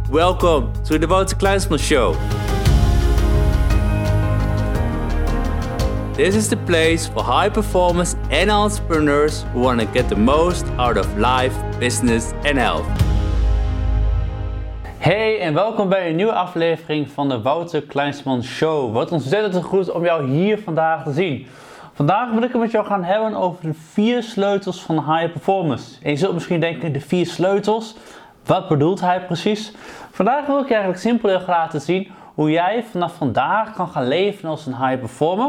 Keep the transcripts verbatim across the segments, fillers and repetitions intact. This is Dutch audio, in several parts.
Welcome to the Wouter Kleinsman Show. This is the place for high performers and entrepreneurs who want to get the most out of life, business and health. Hey en welkom bij een nieuwe aflevering van de Wouter Kleinsman Show. Wat ontzettend goed om jou hier vandaag te zien. Vandaag wil ik het met jou gaan hebben over de vier sleutels van high performance. En je zult misschien denken, de vier sleutels, wat bedoelt hij precies? Vandaag wil ik je eigenlijk simpelweg laten zien hoe jij vanaf vandaag kan gaan leven als een high performer.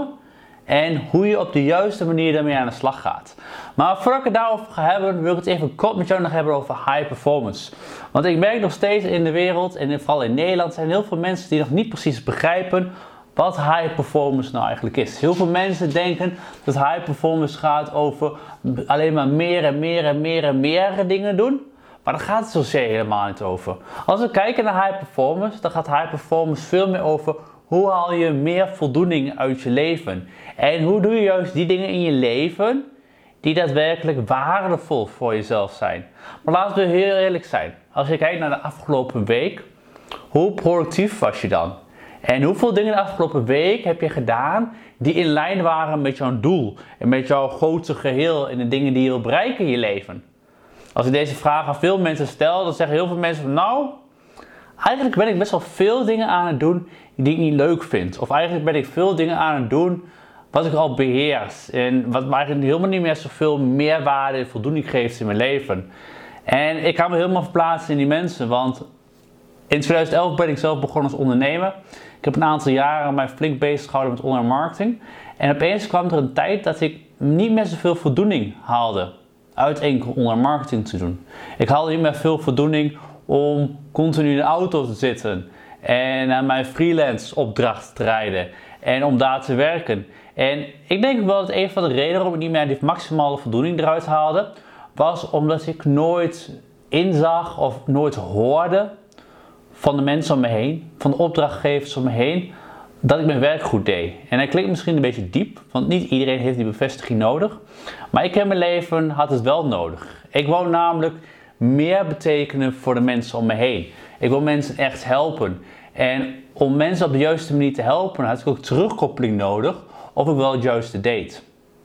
En hoe je op de juiste manier daarmee aan de slag gaat. Maar voordat ik het daarover ga hebben, wil ik het even kort met jou nog hebben over high performance. Want ik merk nog steeds in de wereld, en vooral in Nederland, zijn heel veel mensen die nog niet precies begrijpen wat high performance nou eigenlijk is. Heel veel mensen denken dat high performance gaat over alleen maar meer en meer en meer en meer dingen doen. Maar daar gaat het zozeer helemaal niet over. Als we kijken naar high performance, dan gaat high performance veel meer over hoe haal je meer voldoening uit je leven. En hoe doe je juist die dingen in je leven die daadwerkelijk waardevol voor jezelf zijn. Maar laten we heel eerlijk zijn. Als je kijkt naar de afgelopen week, hoe productief was je dan? En hoeveel dingen de afgelopen week heb je gedaan die in lijn waren met jouw doel en met jouw grote geheel en de dingen die je wil bereiken in je leven? Als ik deze vraag aan veel mensen stel, dan zeggen heel veel mensen van nou, eigenlijk ben ik best wel veel dingen aan het doen die ik niet leuk vind. Of eigenlijk ben ik veel dingen aan het doen wat ik al beheers. En wat me eigenlijk helemaal niet meer zoveel meerwaarde en voldoening geeft in mijn leven. En ik kan me helemaal verplaatsen in die mensen, want in twintig elf ben ik zelf begonnen als ondernemer. Ik heb een aantal jaren mij flink bezig gehouden met online marketing. En opeens kwam er een tijd dat ik niet meer zoveel voldoening haalde uit enkel online marketing te doen. Ik haalde niet meer veel voldoening om continu in de auto te zitten en naar mijn freelance opdracht te rijden en om daar te werken. En ik denk wel dat een van de redenen waarom ik niet meer die maximale voldoening eruit haalde, was omdat ik nooit inzag of nooit hoorde van de mensen om me heen, van de opdrachtgevers om me heen, dat ik mijn werk goed deed. En dat klinkt misschien een beetje diep, want niet iedereen heeft die bevestiging nodig. Maar ik in mijn leven had het wel nodig. Ik wou namelijk meer betekenen voor de mensen om me heen. Ik wil mensen echt helpen. En om mensen op de juiste manier te helpen, had ik ook terugkoppeling nodig of ik wel het juiste deed.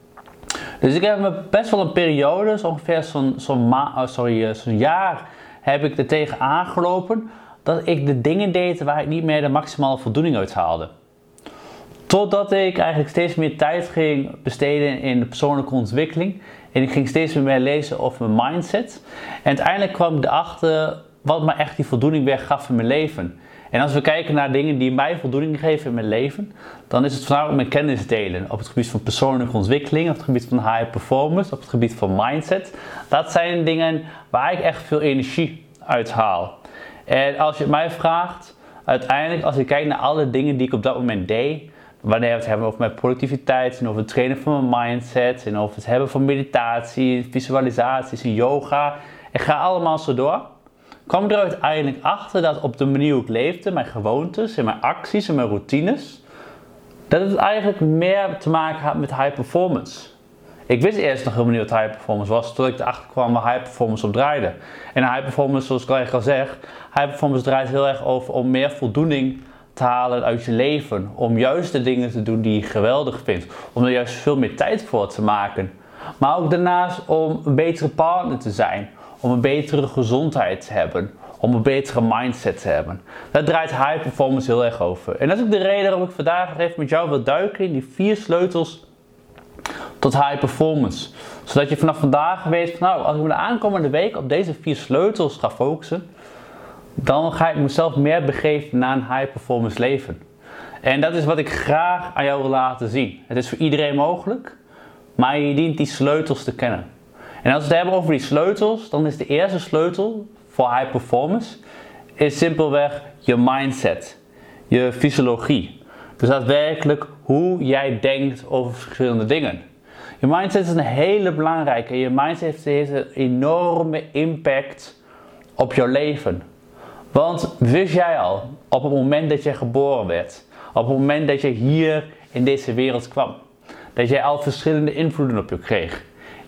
Dus ik heb me best wel een periode, zo ongeveer zo'n zo'n ma- oh, sorry, zo'n jaar, heb ik er tegen aangelopen dat ik de dingen deed waar ik niet meer de maximale voldoening uit haalde. Totdat ik eigenlijk steeds meer tijd ging besteden in de persoonlijke ontwikkeling. En ik ging steeds meer lezen over mijn mindset. En uiteindelijk kwam ik erachter wat me echt die voldoening weer gaf in mijn leven. En als we kijken naar dingen die mij voldoening geven in mijn leven, dan is het voornamelijk mijn kennis delen. Op het gebied van persoonlijke ontwikkeling, op het gebied van high performance, op het gebied van mindset. Dat zijn dingen waar ik echt veel energie uit haal. En als je het mij vraagt, uiteindelijk als ik kijk naar alle dingen die ik op dat moment deed, wanneer we het hebben over mijn productiviteit en over het trainen van mijn mindset en over het hebben van meditatie, visualisaties en yoga, ik ga allemaal zo door, kwam ik er uiteindelijk achter dat op de manier hoe ik leefde, mijn gewoontes en mijn acties en mijn routines, dat het eigenlijk meer te maken had met high performance. Ik wist eerst nog helemaal niet wat high performance was, tot ik erachter kwam waar high performance op draaide. En high performance, zoals ik al zeg, high performance draait heel erg over om meer voldoening te halen uit je leven. Om juist de dingen te doen die je geweldig vindt. Om er juist veel meer tijd voor te maken. Maar ook daarnaast om een betere partner te zijn. Om een betere gezondheid te hebben. Om een betere mindset te hebben. Daar draait high performance heel erg over. En dat is ook de reden waarom ik vandaag even met jou wil duiken in die vier sleutels tot high performance. Zodat je vanaf vandaag weet van nou, als ik me de aankomende week op deze vier sleutels ga focussen, dan ga ik mezelf meer begeven naar een high performance leven. En dat is wat ik graag aan jou wil laten zien. Het is voor iedereen mogelijk, maar je dient die sleutels te kennen. En als we het hebben over die sleutels, dan is de eerste sleutel voor high performance is simpelweg je mindset, je fysiologie. Dus daadwerkelijk hoe jij denkt over verschillende dingen. Je mindset is een hele belangrijke. Je mindset heeft een enorme impact op jouw leven. Want wist jij al, op het moment dat je geboren werd, op het moment dat je hier in deze wereld kwam, dat jij al verschillende invloeden op je kreeg.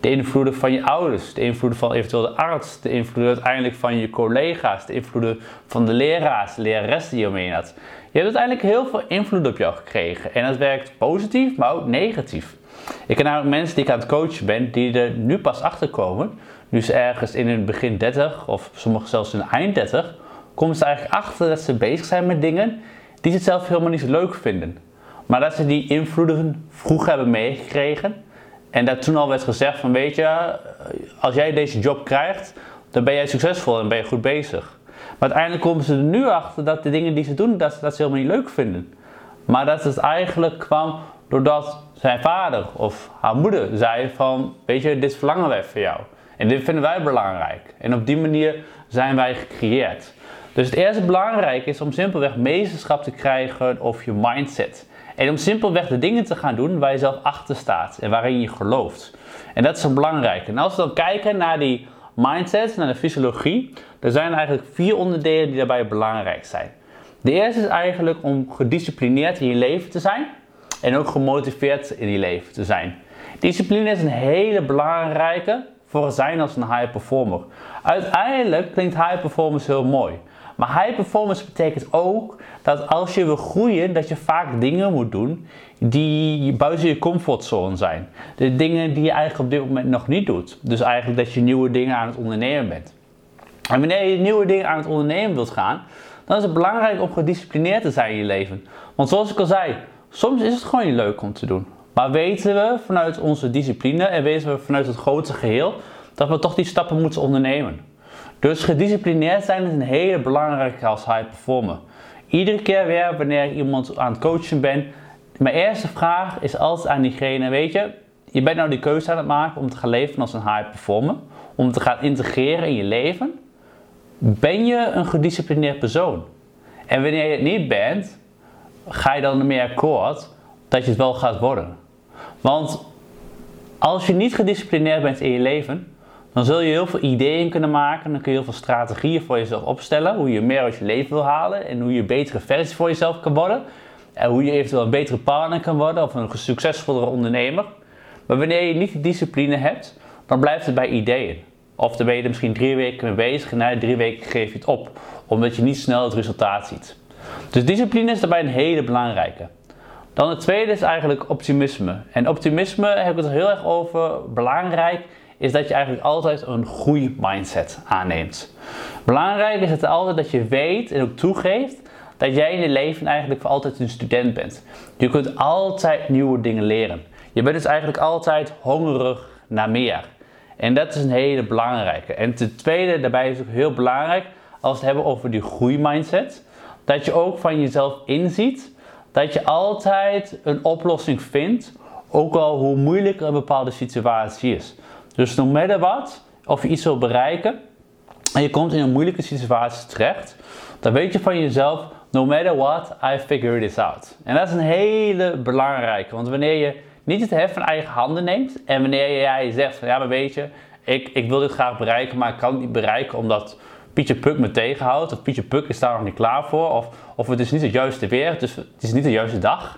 De invloeden van je ouders, de invloeden van eventueel de arts, de invloeden uiteindelijk van je collega's, de invloeden van de leraars, de lerares die je omheen had. Je hebt uiteindelijk heel veel invloed op jou gekregen en dat werkt positief, maar ook negatief. Ik ken namelijk mensen die ik aan het coachen ben, die er nu pas achter komen, nu ze ergens in hun begin dertig of sommigen zelfs in hun eind dertig, komen ze eigenlijk achter dat ze bezig zijn met dingen die ze zelf helemaal niet zo leuk vinden. Maar dat ze die invloeden vroeg hebben meegekregen. En dat toen al werd gezegd van weet je, als jij deze job krijgt, dan ben jij succesvol en ben je goed bezig. Maar uiteindelijk komen ze er nu achter dat de dingen die ze doen, dat, dat ze helemaal niet leuk vinden. Maar dat het eigenlijk kwam doordat zijn vader of haar moeder zei van weet je, dit verlangen wij voor jou. En dit vinden wij belangrijk. En op die manier zijn wij gecreëerd. Dus het eerste belangrijke is om simpelweg meesterschap te krijgen over je mindset. En om simpelweg de dingen te gaan doen waar je zelf achter staat en waarin je gelooft. En dat is een belangrijke. En als we dan kijken naar die mindset, naar de fysiologie, er zijn eigenlijk vier onderdelen die daarbij belangrijk zijn. De eerste is eigenlijk om gedisciplineerd in je leven te zijn en ook gemotiveerd in je leven te zijn. Discipline is een hele belangrijke voor het zijn als een high performer. Uiteindelijk klinkt high performance heel mooi. Maar high performance betekent ook dat als je wil groeien, dat je vaak dingen moet doen die buiten je comfortzone zijn. De dingen die je eigenlijk op dit moment nog niet doet. Dus eigenlijk dat je nieuwe dingen aan het ondernemen bent. En wanneer je nieuwe dingen aan het ondernemen wilt gaan, dan is het belangrijk om gedisciplineerd te zijn in je leven. Want zoals ik al zei, soms is het gewoon niet leuk om te doen. Maar weten we vanuit onze discipline en weten we vanuit het grote geheel dat we toch die stappen moeten ondernemen. Dus gedisciplineerd zijn is een hele belangrijke als high performer. Iedere keer weer wanneer ik iemand aan het coachen ben, mijn eerste vraag is altijd aan diegene, weet je, je bent nou die keuze aan het maken om te gaan leven als een high performer, om te gaan integreren in je leven. Ben je een gedisciplineerd persoon? En wanneer je het niet bent, ga je dan ermee akkoord dat je het wel gaat worden. Want als je niet gedisciplineerd bent in je leven, dan zul je heel veel ideeën kunnen maken. Dan kun je heel veel strategieën voor jezelf opstellen. Hoe je meer uit je leven wil halen. En hoe je een betere versie voor jezelf kan worden. En hoe je eventueel een betere partner kan worden. Of een succesvollere ondernemer. Maar wanneer je niet die discipline hebt, dan blijft het bij ideeën. Of dan ben je er misschien drie weken mee bezig. En na drie weken geef je het op. Omdat je niet snel het resultaat ziet. Dus discipline is daarbij een hele belangrijke. Dan het tweede is eigenlijk optimisme. En optimisme heb ik het heel erg over. Belangrijk is dat je eigenlijk altijd een groeimindset aanneemt. Belangrijk is het altijd dat je weet en ook toegeeft dat jij in je leven eigenlijk voor altijd een student bent. Je kunt altijd nieuwe dingen leren. Je bent dus eigenlijk altijd hongerig naar meer. En dat is een hele belangrijke. En ten tweede, daarbij is het ook heel belangrijk, als we het hebben over die groeimindset, dat je ook van jezelf inziet dat je altijd een oplossing vindt, ook al hoe moeilijk een bepaalde situatie is. Dus no matter what, of je iets wil bereiken en je komt in een moeilijke situatie terecht, dan weet je van jezelf, no matter what, I figure this out. En dat is een hele belangrijke, want wanneer je niet het heft van eigen handen neemt en wanneer jij zegt van ja, maar weet je, ik, ik wil dit graag bereiken, maar ik kan het niet bereiken omdat Pietje Puk me tegenhoudt, of Pietje Puk is daar nog niet klaar voor, of, of het is niet het juiste weer, dus het is niet de juiste dag,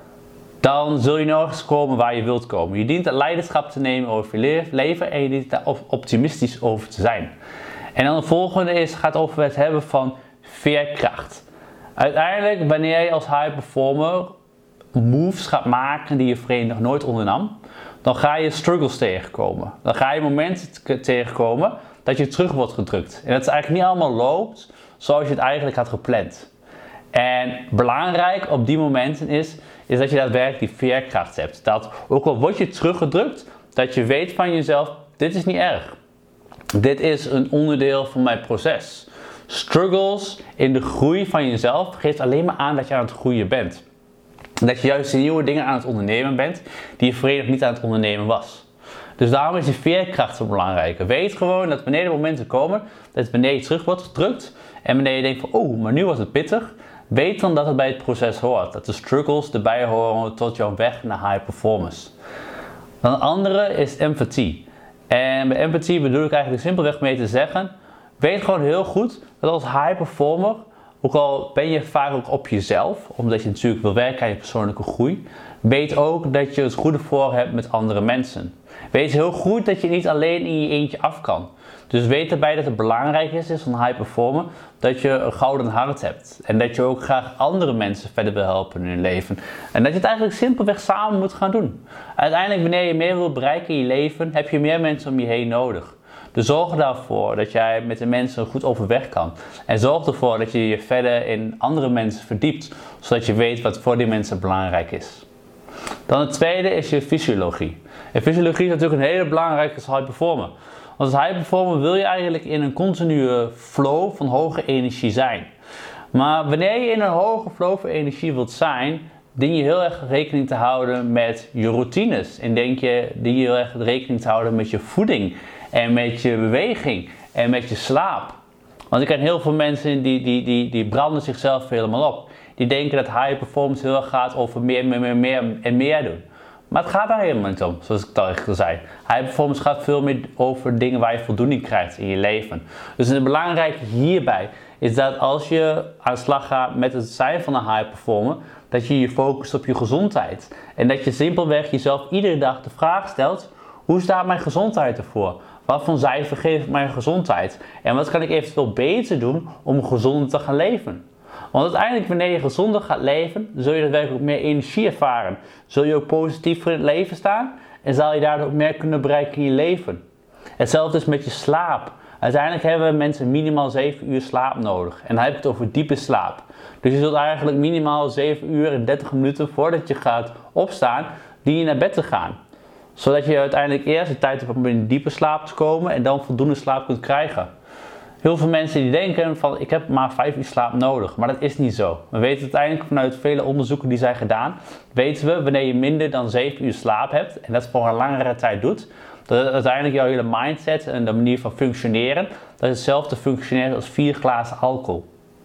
dan zul je nergens komen waar je wilt komen. Je dient het leiderschap te nemen over je leven en je dient daar optimistisch over te zijn. En dan het volgende is, gaat over het hebben van veerkracht. Uiteindelijk, wanneer je als high performer moves gaat maken die je voorheen nog nooit ondernam, dan ga je struggles tegenkomen. Dan ga je momenten tegenkomen dat je terug wordt gedrukt. En dat het eigenlijk niet allemaal loopt zoals je het eigenlijk had gepland. En belangrijk op die momenten is, is dat je daadwerkelijk die veerkracht hebt. Dat ook al word je teruggedrukt, dat je weet van jezelf, dit is niet erg. Dit is een onderdeel van mijn proces. Struggles in de groei van jezelf geeft alleen maar aan dat je aan het groeien bent. Dat je juist die nieuwe dingen aan het ondernemen bent, die je voorheen nog niet aan het ondernemen was. Dus daarom is die veerkracht zo belangrijk. Weet gewoon dat wanneer de momenten komen, dat wanneer je terug wordt gedrukt en wanneer je denkt van oh, maar nu wordt het pittig, weet dan dat het bij het proces hoort. Dat de struggles erbij horen tot jouw weg naar high performance. Dan een andere is empathie. En bij empathie bedoel ik eigenlijk simpelweg mee te zeggen, weet gewoon heel goed dat als high performer ook al ben je vaak ook op jezelf, omdat je natuurlijk wil werken aan je persoonlijke groei, weet ook dat je het goede voor hebt met andere mensen. Weet heel goed dat je niet alleen in je eentje af kan. Dus weet erbij dat het belangrijk is, is van high performer, dat je een gouden hart hebt. En dat je ook graag andere mensen verder wil helpen in hun leven. En dat je het eigenlijk simpelweg samen moet gaan doen. Uiteindelijk, wanneer je meer wilt bereiken in je leven, heb je meer mensen om je heen nodig. Dus zorg ervoor dat jij met de mensen goed overweg kan. En zorg ervoor dat je je verder in andere mensen verdiept, zodat je weet wat voor die mensen belangrijk is. Dan het tweede is je fysiologie. En fysiologie is natuurlijk een hele belangrijke als high performer. Want als high performer wil je eigenlijk in een continue flow van hoge energie zijn. Maar wanneer je in een hoge flow van energie wilt zijn, dien je heel erg rekening te houden met je routines. En denk je, dien je heel erg rekening te houden met je voeding en met je beweging en met je slaap. Want ik ken heel veel mensen die, die, die, die branden zichzelf helemaal op. Die denken dat high performance heel erg gaat over meer, meer, meer, meer en meer doen. Maar het gaat daar helemaal niet om, zoals ik al echt al zei. High performance gaat veel meer over dingen waar je voldoening krijgt in je leven. Dus het belangrijke hierbij is dat als je aan de slag gaat met het zijn van een high performer, dat je je focust op je gezondheid. En dat je simpelweg jezelf iedere dag de vraag stelt, hoe staat mijn gezondheid ervoor? Wat voor cijfer geeft mijn gezondheid? En wat kan ik eventueel beter doen om gezonder te gaan leven? Want uiteindelijk, wanneer je gezonder gaat leven, zul je daadwerkelijk ook meer energie ervaren. Zul je ook positief voor het leven staan en zal je daardoor ook meer kunnen bereiken in je leven. Hetzelfde is met je slaap. Uiteindelijk hebben mensen minimaal zeven uur slaap nodig. En dan heb ik het over diepe slaap. Dus je zult eigenlijk minimaal zeven uur en dertig minuten voordat je gaat opstaan, dien je naar bed te gaan. Zodat je uiteindelijk eerst de tijd hebt om in diepe slaap te komen en dan voldoende slaap kunt krijgen. Heel veel mensen die denken van ik heb maar vijf uur slaap nodig, maar dat is niet zo. We weten uiteindelijk vanuit vele onderzoeken die zijn gedaan, weten we wanneer je minder dan zeven uur slaap hebt en dat voor een langere tijd doet, dat het uiteindelijk jouw hele mindset en de manier van functioneren, dat het hetzelfde functioneert als vier glazen alcohol.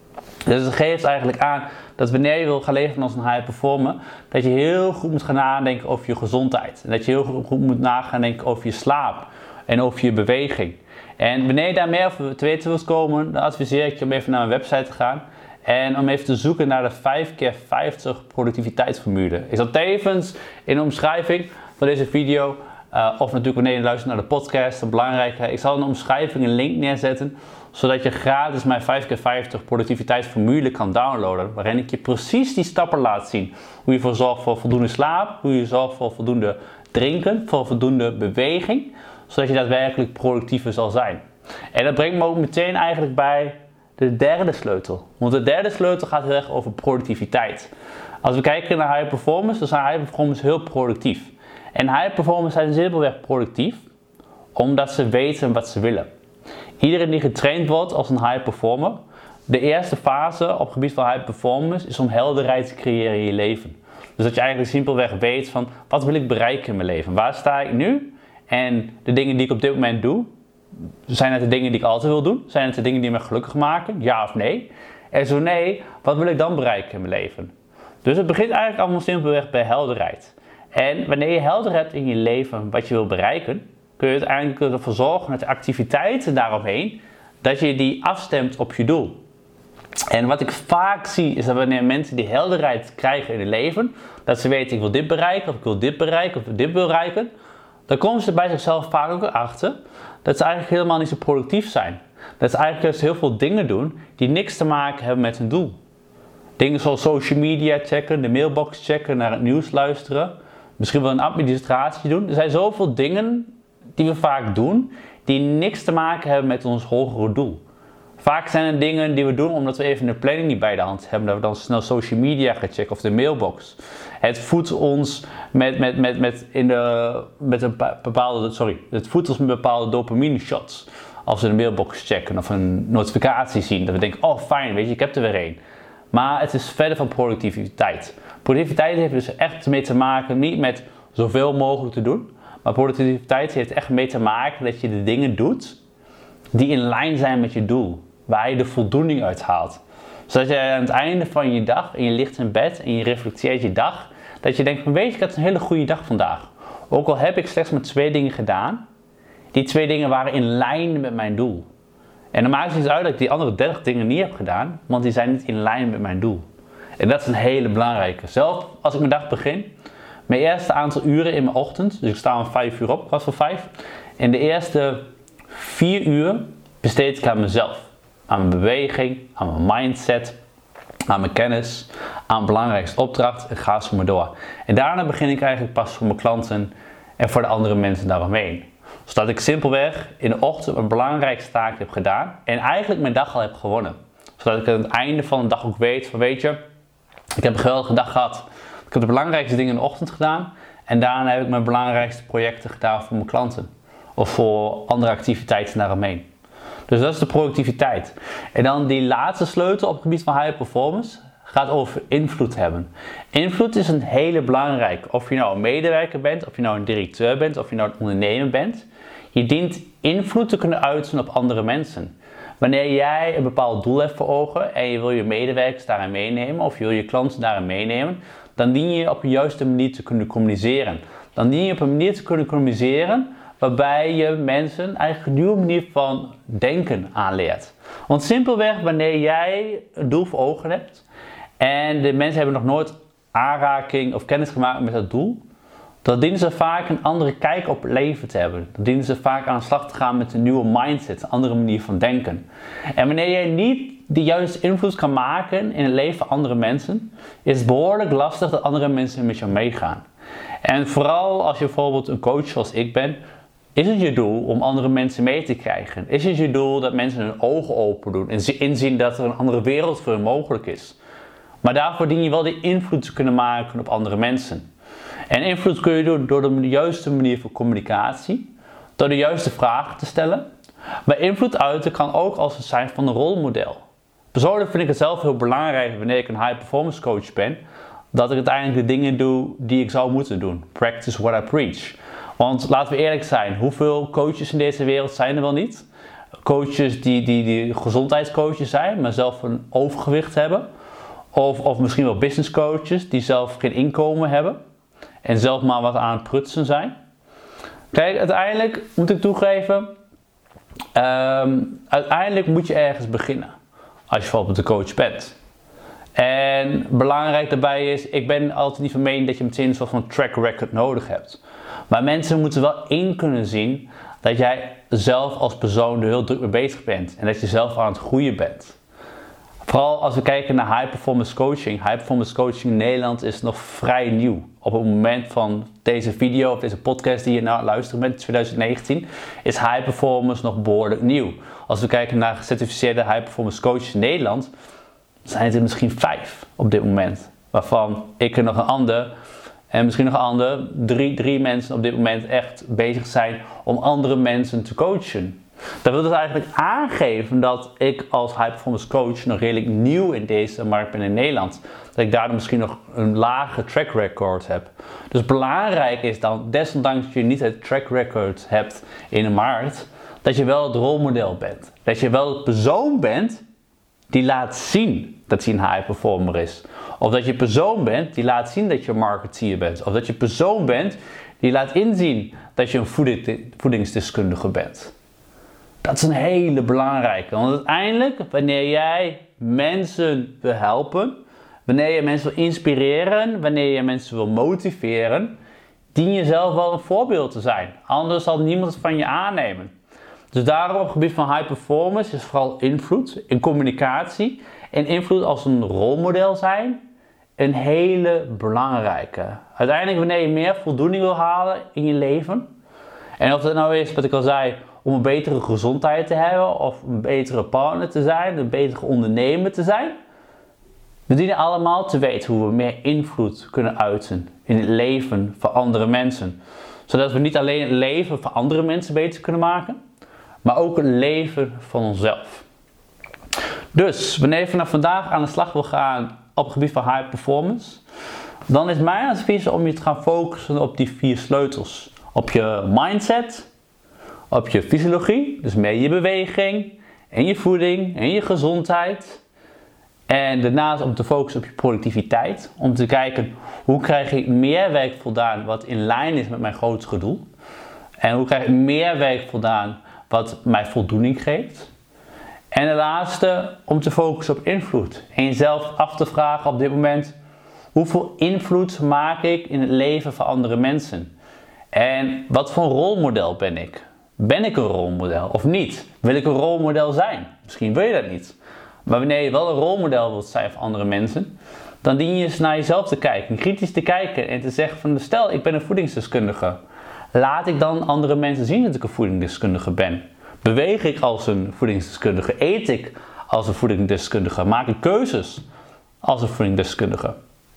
Dus het geeft eigenlijk aan dat wanneer je wil gaan leven als een high performer, dat je heel goed moet gaan nadenken over je gezondheid. En dat je heel goed moet nagaan denken over je slaap en over je beweging. En wanneer je daar meer over te weten wilt komen, dan adviseer ik je om even naar mijn website te gaan. En om even te zoeken naar de vijf keer vijftig productiviteitsformule. Ik zal tevens in de omschrijving van deze video, uh, of natuurlijk wanneer je luistert naar de podcast, het belangrijke, ik zal in de omschrijving een link neerzetten, zodat je gratis mijn vijf keer vijftig productiviteitsformule kan downloaden. Waarin ik je precies die stappen laat zien. Hoe je ervoor zorgt voor voldoende slaap, hoe je zorgt voor voldoende drinken, voor voldoende beweging, zodat je daadwerkelijk productiever zal zijn. En dat brengt me ook meteen eigenlijk bij de derde sleutel. Want de derde sleutel gaat heel erg over productiviteit. Als we kijken naar high performance, dan zijn high performers heel productief. En high performers zijn simpelweg productief, omdat ze weten wat ze willen. Iedereen die getraind wordt als een high performer, de eerste fase op het gebied van high performance is om helderheid te creëren in je leven. Dus dat je eigenlijk simpelweg weet van, wat wil ik bereiken in mijn leven? Waar sta ik nu? En de dingen die ik op dit moment doe, zijn het de dingen die ik altijd wil doen? Zijn het de dingen die me gelukkig maken? Ja of nee? En zo nee, wat wil ik dan bereiken in mijn leven? Dus het begint eigenlijk allemaal simpelweg bij helderheid. En wanneer je helder hebt in je leven wat je wil bereiken, kun je uiteindelijk ervoor zorgen dat de activiteiten daaromheen, dat je die afstemt op je doel. En wat ik vaak zie is dat wanneer mensen die helderheid krijgen in hun leven, dat ze weten ik wil dit bereiken, of ik wil dit bereiken, of ik wil dit bereiken, dan komen ze bij zichzelf vaak ook achter dat ze eigenlijk helemaal niet zo productief zijn. Dat ze eigenlijk juist heel veel dingen doen die niks te maken hebben met hun doel. Dingen zoals social media checken, de mailbox checken, naar het nieuws luisteren, misschien wel een administratie doen. Er zijn zoveel dingen die we vaak doen die niks te maken hebben met ons hogere doel. Vaak zijn het dingen die we doen omdat we even een planning niet bij de hand hebben. Dat we dan snel social media gaan checken of de mailbox. Het voedt ons met, met, met, met, in de, met een bepaalde, sorry, het voedt ons met bepaalde dopamine shots. Als we de mailbox checken of een notificatie zien. Dat we denken, oh fijn, weet je, ik heb er weer één. Maar het is verder van productiviteit. Productiviteit heeft dus echt mee te maken, niet met zoveel mogelijk te doen. Maar productiviteit heeft echt mee te maken dat je de dingen doet die in lijn zijn met je doel. Waar je de voldoening uit haalt. Zodat je aan het einde van je dag, en je ligt in bed en je reflecteert je dag, dat je denkt, weet je, ik had een hele goede dag vandaag. Ook al heb ik slechts maar twee dingen gedaan, die twee dingen waren in lijn met mijn doel. En dan maakt het niet uit dat ik die andere dertig dingen niet heb gedaan, want die zijn niet in lijn met mijn doel. En dat is een hele belangrijke. Zelf als ik mijn dag begin, mijn eerste aantal uren in mijn ochtend, dus ik sta om vijf uur op, kwart voor vijf. En de eerste vier uur besteed ik aan mezelf. Aan mijn beweging, aan mijn mindset, aan mijn kennis, aan mijn belangrijkste opdracht en ga zo maar door. En daarna begin ik eigenlijk pas voor mijn klanten en voor de andere mensen daaromheen. Zodat ik simpelweg in de ochtend mijn belangrijkste taak heb gedaan en eigenlijk mijn dag al heb gewonnen. Zodat ik aan het einde van de dag ook weet van weet je, ik heb een geweldige dag gehad. Ik heb de belangrijkste dingen in de ochtend gedaan en daarna heb ik mijn belangrijkste projecten gedaan voor mijn klanten. Of voor andere activiteiten daaromheen. Dus dat is de productiviteit. En dan die laatste sleutel op het gebied van high performance gaat over invloed hebben. Invloed is een hele belangrijke. Of je nou een medewerker bent, of je nou een directeur bent, of je nou een ondernemer bent. Je dient invloed te kunnen uiten op andere mensen. Wanneer jij een bepaald doel hebt voor ogen en je wil je medewerkers daarin meenemen of je wil je klanten daarin meenemen, dan dien je op de juiste manier te kunnen communiceren. Dan dien je op een manier te kunnen communiceren waarbij je mensen eigenlijk een nieuwe manier van denken aanleert. Want simpelweg wanneer jij een doel voor ogen hebt en de mensen hebben nog nooit aanraking of kennis gemaakt met dat doel, dan dienen ze vaak een andere kijk op het leven te hebben. Dan dienen ze vaak aan de slag te gaan met een nieuwe mindset, een andere manier van denken. En wanneer jij niet de juiste invloed kan maken in het leven van andere mensen, is het behoorlijk lastig dat andere mensen met jou meegaan. En vooral als je bijvoorbeeld een coach zoals ik ben, is het je doel om andere mensen mee te krijgen? Is het je doel dat mensen hun ogen open doen en ze inzien dat er een andere wereld voor hen mogelijk is? Maar daarvoor dien je wel die invloed te kunnen maken op andere mensen. En invloed kun je doen door de juiste manier van communicatie, door de juiste vragen te stellen. Maar invloed uiten kan ook als het zijn van een rolmodel. Persoonlijk vind ik het zelf heel belangrijk wanneer ik een high performance coach ben, dat ik uiteindelijk de dingen doe die ik zou moeten doen. Practice what I preach. Want laten we eerlijk zijn, hoeveel coaches in deze wereld zijn er wel niet? Coaches die, die, die gezondheidscoaches zijn, maar zelf een overgewicht hebben. Of, of misschien wel business coaches die zelf geen inkomen hebben. En zelf maar wat aan het prutsen zijn. Kijk, uiteindelijk moet ik toegeven, um, uiteindelijk moet je ergens beginnen. Als je bijvoorbeeld een coach bent. En belangrijk daarbij is, ik ben altijd niet van mening dat je meteen een soort van track record nodig hebt. Maar mensen moeten wel in kunnen zien dat jij zelf als persoon er heel druk mee bezig bent. En dat je zelf aan het groeien bent. Vooral als we kijken naar high performance coaching. High performance coaching in Nederland is nog vrij nieuw. Op het moment van deze video of deze podcast die je nou luistert met twintig negentien is high performance nog behoorlijk nieuw. Als we kijken naar gecertificeerde high performance coaches in Nederland, zijn het er misschien vijf op dit moment. Waarvan ik er nog een ander en misschien nog een ander, drie, drie mensen op dit moment echt bezig zijn om andere mensen te coachen. Dat wil dus eigenlijk aangeven dat ik als high performance coach nog redelijk nieuw in deze markt ben in Nederland. Dat ik daardoor misschien nog een lage track record heb. Dus belangrijk is dan, desondanks dat je niet het track record hebt in de markt, dat je wel het rolmodel bent. Dat je wel de persoon bent die laat zien dat hij een high performer is. Of dat je persoon bent die laat zien dat je een marketeer bent. Of dat je persoon bent die laat inzien dat je een voeding, voedingsdeskundige bent. Dat is een hele belangrijke. Want uiteindelijk, wanneer jij mensen wil helpen, wanneer je mensen wil inspireren, wanneer je mensen wil motiveren, dien je zelf wel een voorbeeld te zijn. Anders zal niemand het van je aannemen. Dus daarom op het gebied van high performance is vooral invloed in communicatie en invloed als een rolmodel zijn een hele belangrijke. Uiteindelijk wanneer je meer voldoening wil halen in je leven, en of dat nou is wat ik al zei, om een betere gezondheid te hebben of een betere partner te zijn, een betere ondernemer te zijn. We dienen allemaal te weten hoe we meer invloed kunnen uiten in het leven van andere mensen. Zodat we niet alleen het leven van andere mensen beter kunnen maken, maar ook het leven van onszelf. Dus wanneer je vanaf vandaag aan de slag wil gaan op het gebied van high performance, dan is mijn advies om je te gaan focussen op die vier sleutels. Op je mindset, op je fysiologie, dus meer je beweging, en je voeding, en je gezondheid. En daarnaast om te focussen op je productiviteit. Om te kijken, hoe krijg ik meer werk voldaan wat in lijn is met mijn grootste doel. En hoe krijg ik meer werk voldaan wat mij voldoening geeft. En de laatste, om te focussen op invloed. En jezelf af te vragen op dit moment, hoeveel invloed maak ik in het leven van andere mensen? En wat voor een rolmodel ben ik? Ben ik een rolmodel of niet? Wil ik een rolmodel zijn? Misschien wil je dat niet. Maar wanneer je wel een rolmodel wilt zijn voor andere mensen, dan dien je eens naar jezelf te kijken, kritisch te kijken en te zeggen van, stel ik ben een voedingsdeskundige. Laat ik dan andere mensen zien dat ik een voedingsdeskundige ben? Beweeg ik als een voedingsdeskundige? Eet ik als een voedingsdeskundige? Maak ik keuzes als een voedingsdeskundige?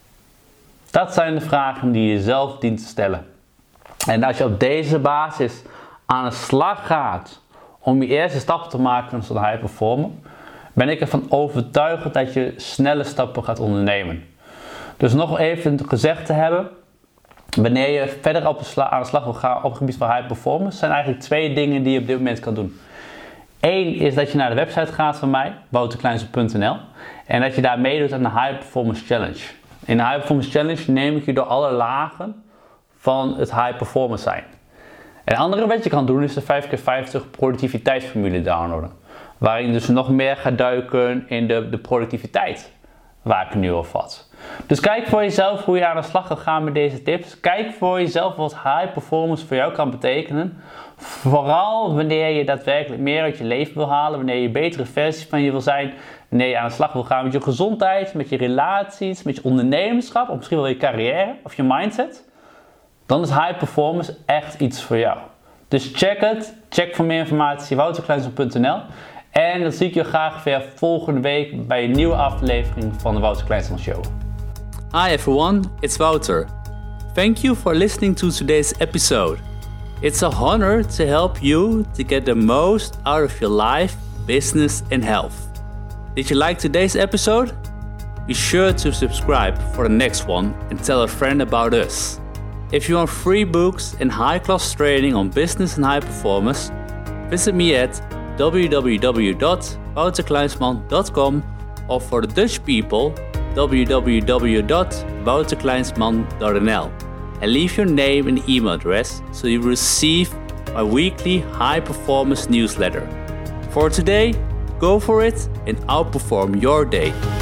Dat zijn de vragen die je zelf dient te stellen. En als je op deze basis aan de slag gaat om je eerste stappen te maken als een high performer, ben ik ervan overtuigd dat je snelle stappen gaat ondernemen. Dus nog even gezegd te hebben, wanneer je verder op de sla- aan de slag wil gaan op het gebied van high performance, zijn eigenlijk twee dingen die je op dit moment kan doen. Eén is dat je naar de website gaat van mij, wouter kleinsman punt n l, en dat je daar meedoet aan de High Performance Challenge. In de High Performance Challenge neem ik je door alle lagen van het high performance zijn. En het andere wat je kan doen is de vijf keer vijftig productiviteitsformule downloaden. Waarin je dus nog meer gaat duiken in de, de productiviteit waar ik het nu over had. Dus kijk voor jezelf hoe je aan de slag gaat gaan met deze tips. Kijk voor jezelf wat high performance voor jou kan betekenen. Vooral wanneer je daadwerkelijk meer uit je leven wil halen. Wanneer je een betere versie van je wil zijn. Wanneer je aan de slag wil gaan met je gezondheid, met je relaties, met je ondernemerschap. Of misschien wel je carrière of je mindset. Dan is high performance echt iets voor jou. Dus check het. Check voor meer informatie wouter kleinsman punt n l. En dan zie ik je graag weer volgende week bij een nieuwe aflevering van de Wouter Kleinsman Show. Hi everyone, it's Wouter. Thank you for listening to today's episode. It's a honor to help you to get the most out of your life, business and health. Did you like today's episode? Be sure to subscribe for the next one and tell a friend about us. If you want free books and high-class training on business and high performance, visit me at w w w dot wouter kleinsman dot com or for the Dutch people, w w w dot wouter kleinsman dot n l, and leave your name and email address so you receive my weekly high performance newsletter. For today, go for it and outperform your day.